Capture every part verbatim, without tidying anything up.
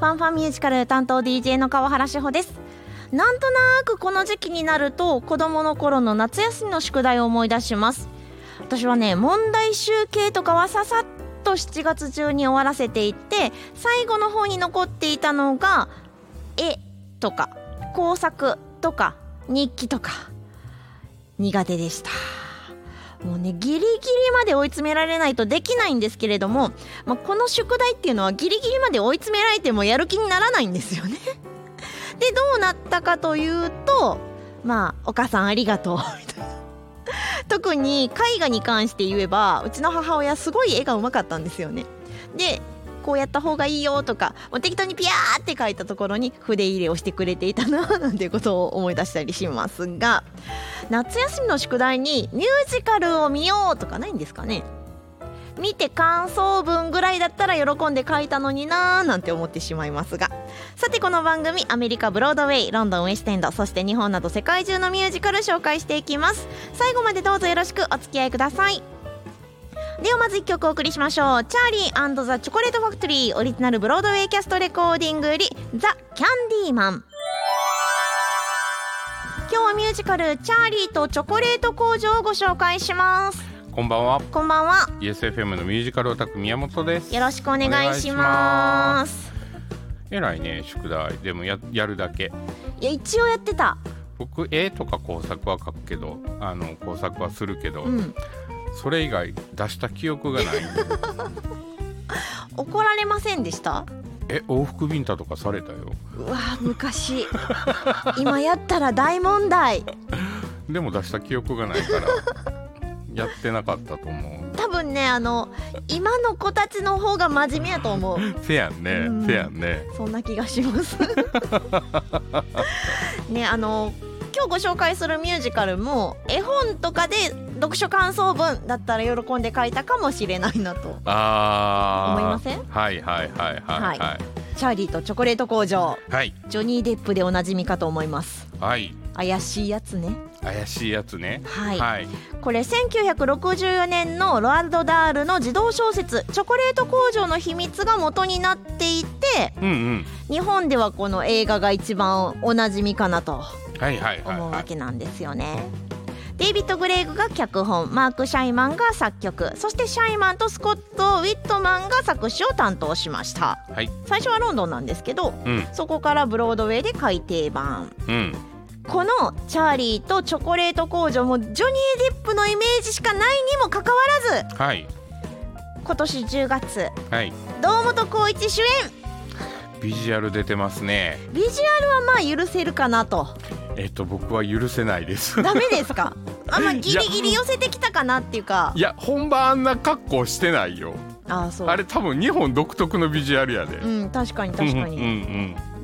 ファンファンミュージカル担当 ディージェー の川原志保です。なんとなくこの時期になると子供の頃の夏休みの宿題を思い出します。私はね、問題集計とかはささっとしちがつ中に終わらせていて、最後の方に残っていたのが絵とか工作とか日記とか苦手でした。もうね、ギリギリまで追い詰められないとできないんですけれども、まあ、この宿題っていうのはギリギリまで追い詰められてもやる気にならないんですよね。で、どうなったかというと、まあお母さんありがとうみたいな。特に絵画に関して言えば、うちの母親すごい絵がうまかったんですよね。で、こうやった方がいいよとか、もう適当にピヤーって書いたところに筆入れをしてくれていたななんていうことを思い出したりしますが、夏休みの宿題にミュージカルを見ようとかないんですかね。見て感想文ぐらいだったら喜んで書いたのになーなんて思ってしまいますが、さてこの番組、アメリカブロードウェイ、ロンドンウエストエンド、そして日本など世界中のミュージカル紹介していきます。最後までどうぞよろしくお付き合いください。ではまずいっきょくお送りしましょう。チャーリー&ザ・チョコレートファクトリーオリジナルブロードウェイキャストレコーディングよりザ・キャンディーマン。今日はミュージカルチャーリーとチョコレート工場をご紹介します。 こんばんは。 こんばんは。 イーエスエフエム のミュージカルオタク宮本です。 よろしくお願いします。 えらいね、宿題でも や, やるだけ。 いや、一応やってた。 僕絵とか工作は書くけど、あの工作はするけど、うん、それ以外出した記憶がない怒られませんでした？ え、往復ビンタとかされたよ。 うわ、昔今やったら大問題。 でも出した記憶がないからやってなかったと思う。 多分ね、あの今の子たちの方が真面目やと思う。 せやんね、うん、せやんね。 そんな気がしますね。あの今日ご紹介するミュージカルも絵本とかで読書感想文だったら喜んで書いたかもしれないなとあ思いません？ はいはいはいはい、はいはい、 チャーリーとチョコレート工場、はい、ジョニー・デップでおなじみかと思います。 はい、 怪しいやつね。 怪しいやつね。 はい、はい、これせんきゅうひゃくろくじゅうよねんのロワルド・ダールの児童小説チョコレート工場の秘密が元になっていて、うんうん、日本ではこの映画が一番おなじみかなと思うわけなんですよね。デイビッド・グレイグが脚本、マーク・シャイマンが作曲、そしてシャイマンとスコット・ウィットマンが作詞を担当しました、はい、最初はロンドンなんですけど、うん、そこからブロードウェイで改訂版、うん、このチャーリーとチョコレート工場もジョニー・デップのイメージしかないにもかかわらず、はい、今年じゅうがつ、はい、堂本光一主演。 ビジュアル出てますね。 ビジュアルはまあ許せるかなと。 えっと僕は許せないです。 ダメですか？あんまギリギリ寄せてきたかなっていうか。 いや、本番あんな格好してないよ。ああ、そう。あれ多分日本独特のビジュアルやで。 うん、確かに確かに。うんうん、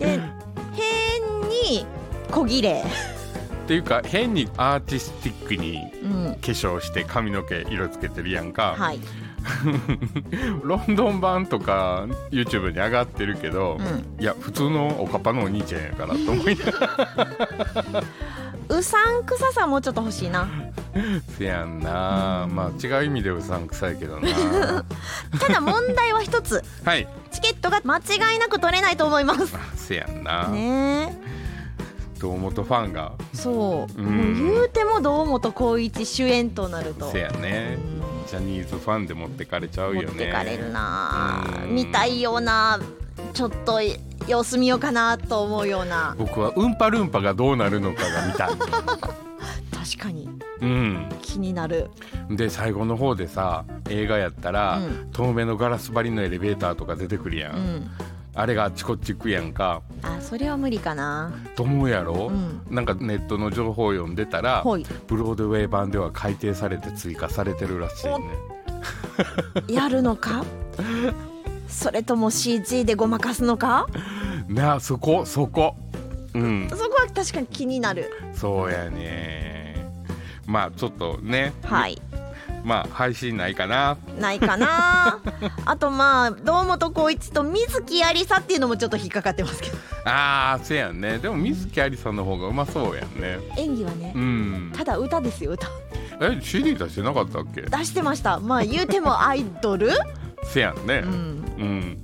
で、変に小綺麗っていうか変にアーティスティックに化粧して髪の毛色つけてるやんか、うん、はい。ロンドン版とか YouTube に上がってるけど、うん、いや普通のおかっぱのお兄ちゃんやからと思いながらうさんくささもうちょっと欲しいな。 せやんな、うん、まあ違う意味でうさんくさいけどなただ問題は一つ、はい、チケットが間違いなく取れないと思います。 せやんな、 ね、 堂本ファンがそう、うん、もう言うても堂本光一主演となると、 せやね、うん、ジャニーズファンで持ってかれちゃうよね。 持ってかれるな、見たいような、ちょっと様子見ようかなと思うような。 僕はウンパルンパがどうなるのかが見たい確かに、 うん、 気になる。 で最後の方でさ、映画やったら、うん、透明のガラス張りのエレベーターとか出てくるやん、うん、あれがあっちこっち行くやんか。 あ、それは無理かなと思うやろ、うん、なんかネットの情報を読んでたら、ブロードウェイ版では改訂されて追加されてるらしいね。 やるのかそれとも シージー でごまかすのかなあ、そこそこ、うん、 そこは確かに気になる。 そうやね。まあちょっとね、 はい、 まあ配信ないかなないかなあとまあ堂本光一と水木有沙っていうのもちょっと引っかかってますけど。 ああ、そうやんね。でも水木有沙の方がうまそうやんね。 演技はね、 うん、 ただ歌ですよ、歌。 え、シーディー 出してなかったっけ？ 出してました。まあ言うてもアイドルせやんね、うん、うん、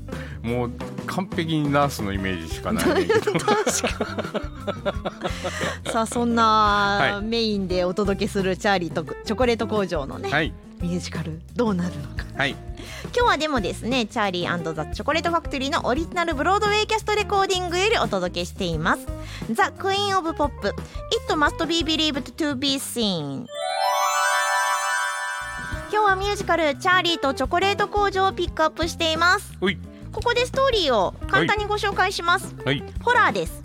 もう完璧にナースのイメージしかないねんけど確かさあそんなメインでお届けするチャーリーとチョコレート工場のね、はい、ミュージカルどうなるのか、はい、今日はでもですねチャーリー&ザ・チョコレートファクトリーのオリジナルブロードウェイキャストレコーディングよりお届けしています。 The Queen of Pop It Must Be Believed to Be Seen。 今日はミュージカルチャーリーとチョコレート工場をピックアップしています。ここでストーリーを簡単にご紹介します。はい、ホラーです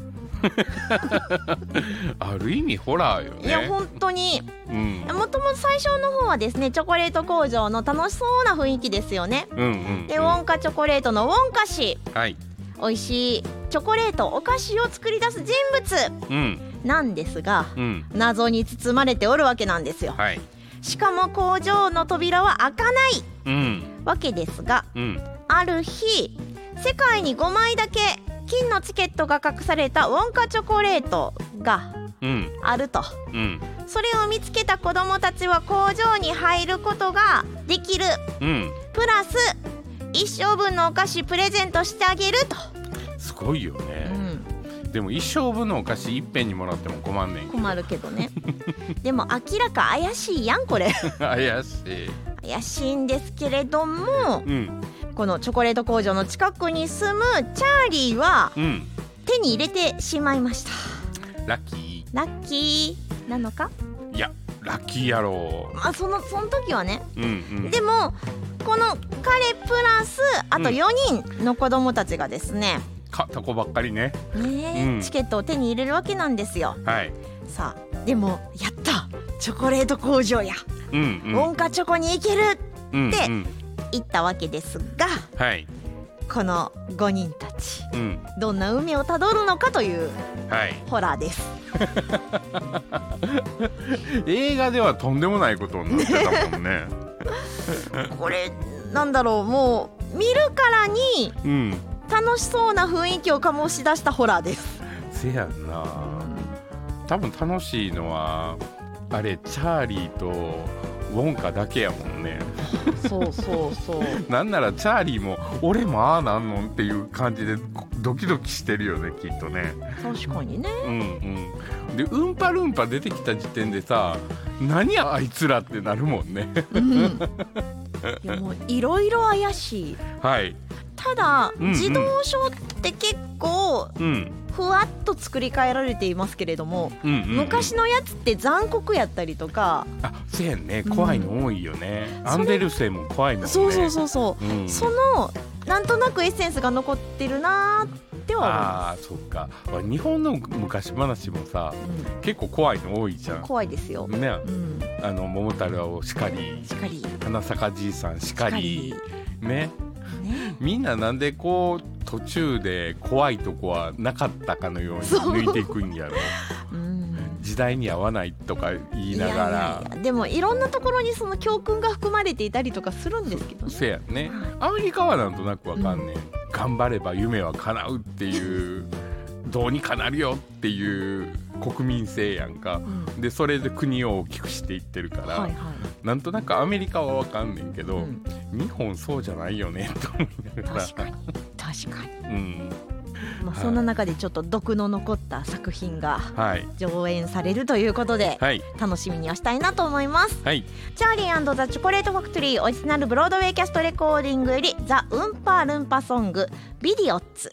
ある意味ホラーよね。 いや本当に、うん、もともと最初の方はですねチョコレート工場の楽しそうな雰囲気ですよね、うんうんうん、でウォンカチョコレートのウォンカ氏、はい、美味しいチョコレートお菓子を作り出す人物なんですが、うん、謎に包まれておるわけなんですよ、はい、しかも工場の扉は開かない、うん、わけですが、うん、ある日世界にごまいだけ金のチケットが隠されたウォンカチョコレートがあると、うん、それを見つけた子どもたちは工場に入ることができる、うん、プラス一生分のお菓子プレゼントしてあげると。 すごいよね、うん、でも一生分のお菓子いっぺんにもらっても困んねんけど。 困るけどねでも明らか怪しいやんこれ怪しい怪しいんですけれども、うん、このチョコレート工場の近くに住むチャーリーは、うん、手に入れてしまいました。 ラッキーラッキーなのか。 いやラッキーやろう、 まあ、そのその時はね、うんうん、でもこの彼プラスあとよにんの子供たちがですね、 うん、買った子ばっかりねね、うん、チケットを手に入れるわけなんですよ、はい、さあでもやったチョコレート工場や、うんうん、ウォンカチョコに行けるって言ったわけですが、うんうん、はい、このごにんたち、うん、どんな運命をたどるのかという、はい、ホラーです映画ではとんでもないことになってたもんねこれなんだろう、もう見るからに、うん、楽しそうな雰囲気を醸し出したホラーです。 せやんな、多分楽しいのはあれチャーリーとウォンカだけやもんねそうそうそうなんならチャーリーも俺もああなんのっていう感じでドキドキしてるよねきっとね。 確かにね、うんうん、でウンパルンパ出てきた時点でさ何やあいつらってなるもんね、うん、いやもういろいろ怪しい、はい、ただ、うんうん、児童書って結構、うんふわっと作り変えられていますけれども、うんうんうん、昔のやつって残酷やったりとか、 あ、そうやんね、怖いの多いよね、うん、アンデルセンも怖いもんね。 そうそうそうそう、うん、そのなんとなくエッセンスが残ってるなっては思います。 あ、そっか、日本の昔話もさ、うん、結構怖いの多いじゃん。 怖いですよ、ね、 うん、あの桃太郎しかり、しかり花坂じいさんしかりね、ね、みんななんでこう途中で怖いとこはなかったかのように抜いていくんやろうん、時代に合わないとか言いながら。いやいやいや、 でもいろんなところにその教訓が含まれていたりとかするんですけどね。 せやね、アメリカはなんとなくわかんねえ、うん、頑張れば夢は叶うっていうどうにかなるよっていう国民性やんか、うん、でそれで国を大きくしていってるから、はいはい、なんとなくアメリカはわかんねんけど、うん、日本そうじゃないよねと思いながら。 確かに確かに、うん、まあ、そんな中でちょっと毒の残った作品が上演されるということで、はい、楽しみにはしたいなと思います、はい、チャーリー&ザ・チョコレートファクトリーオリジナルブロードウェイキャストレコーディングよりザ・ウンパールンパソングビディオッツ。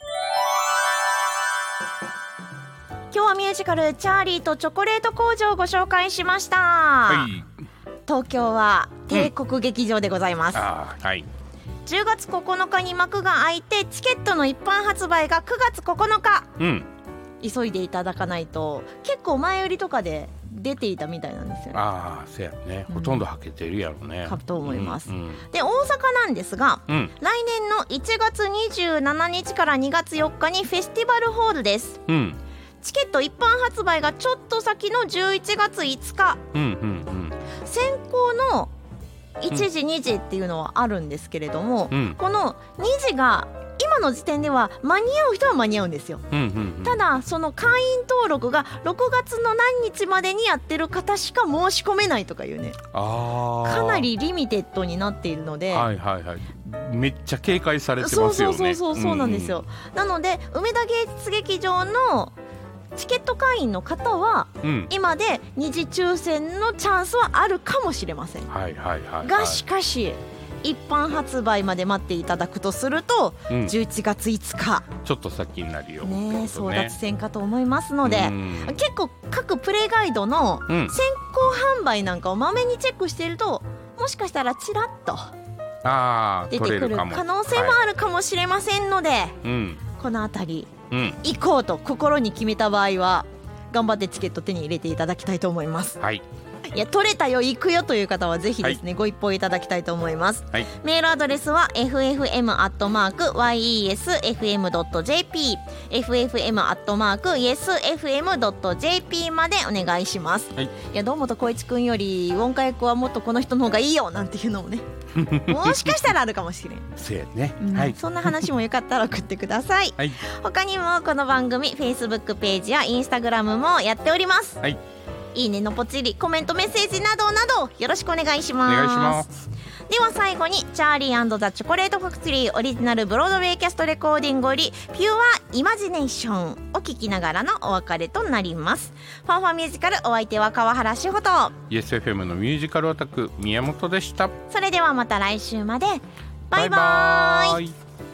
今日はミュージカルチャーリーとチョコレート工場をご紹介しました、はい、東京は帝国劇場でございます、うん、あ、はい、じゅうがつここのかに幕が開いてチケットの一般発売がくがつここのか、うん、急いでいただかないと結構前売りとかで出ていたみたいなんですよね。 ああ、そうやね、ほとんどはけてるやろね、 かと思います、うんうん、で大阪なんですが、うん、来年のいちがつにじゅうしちにちからにがつよっかにフェスティバルホールです、うん、チケット一般発売がちょっと先のじゅういちがついつか、うんうんうん、先行のいちじにじっていうのはあるんですけれども、うん、このにじが今の時点では間に合う人は間に合うんですよ、 うんうんうん、 ただその会員登録がろくがつの何日までにやってる方しか申し込めないとかいうね、 あかなりリミテッドになっているので、 はいはいはい、めっちゃ警戒されてますよね。 そうそうそうそうそうなんですよ、うんうん、なので梅田芸術劇場のチケット会員の方は、うん、今で二次抽選のチャンスはあるかもしれません、 はいはいはいはい、 がしかし一般発売まで待っていただくとすると、うん、じゅういちがついつかちょっと先になるよ、 ね、争奪戦かと思いますので、うん、結構各プレイガイドの先行販売なんかをまめにチェックしていると、もしかしたらちらっと出てくる可能性もあるかもしれませんので、はい、このあたり、うん、行こうと心に決めた場合は頑張ってチケット手に入れていただきたいと思います。はい、いや取れたよ行くよという方はぜひですね、はい、ご一報いただきたいと思います、はい、メールアドレスは エフエフエムアットマークワイイーエスエフエムドットジェーピー エフエフエムアットマークイエスエフエムドットジェーピー までお願いします、はい、いや堂本光一くんよりウォンカ役はもっとこの人の方がいいよなんていうのもねもしかしたらあるかもしれんそうやね、 うん、はい、そんな話もよかったら送ってください、はい、他にもこの番組 Facebook ページや Instagram もやっております、はい、いいねのポチリ、コメントメッセージなどなどよろしくお願いします。お願いします。では最後にチャーリー&ザ・チョコレートファクトリーオリジナルブロードウェイキャストレコーディングよりピュアイマジネーションを聞きながらのお別れとなります。ファンファンミュージカル、お相手は川原志穂とイーエスエフエム のミュージカルオタク宮本でした。 それではまた来週まで。バイバーイ。バイバーイ。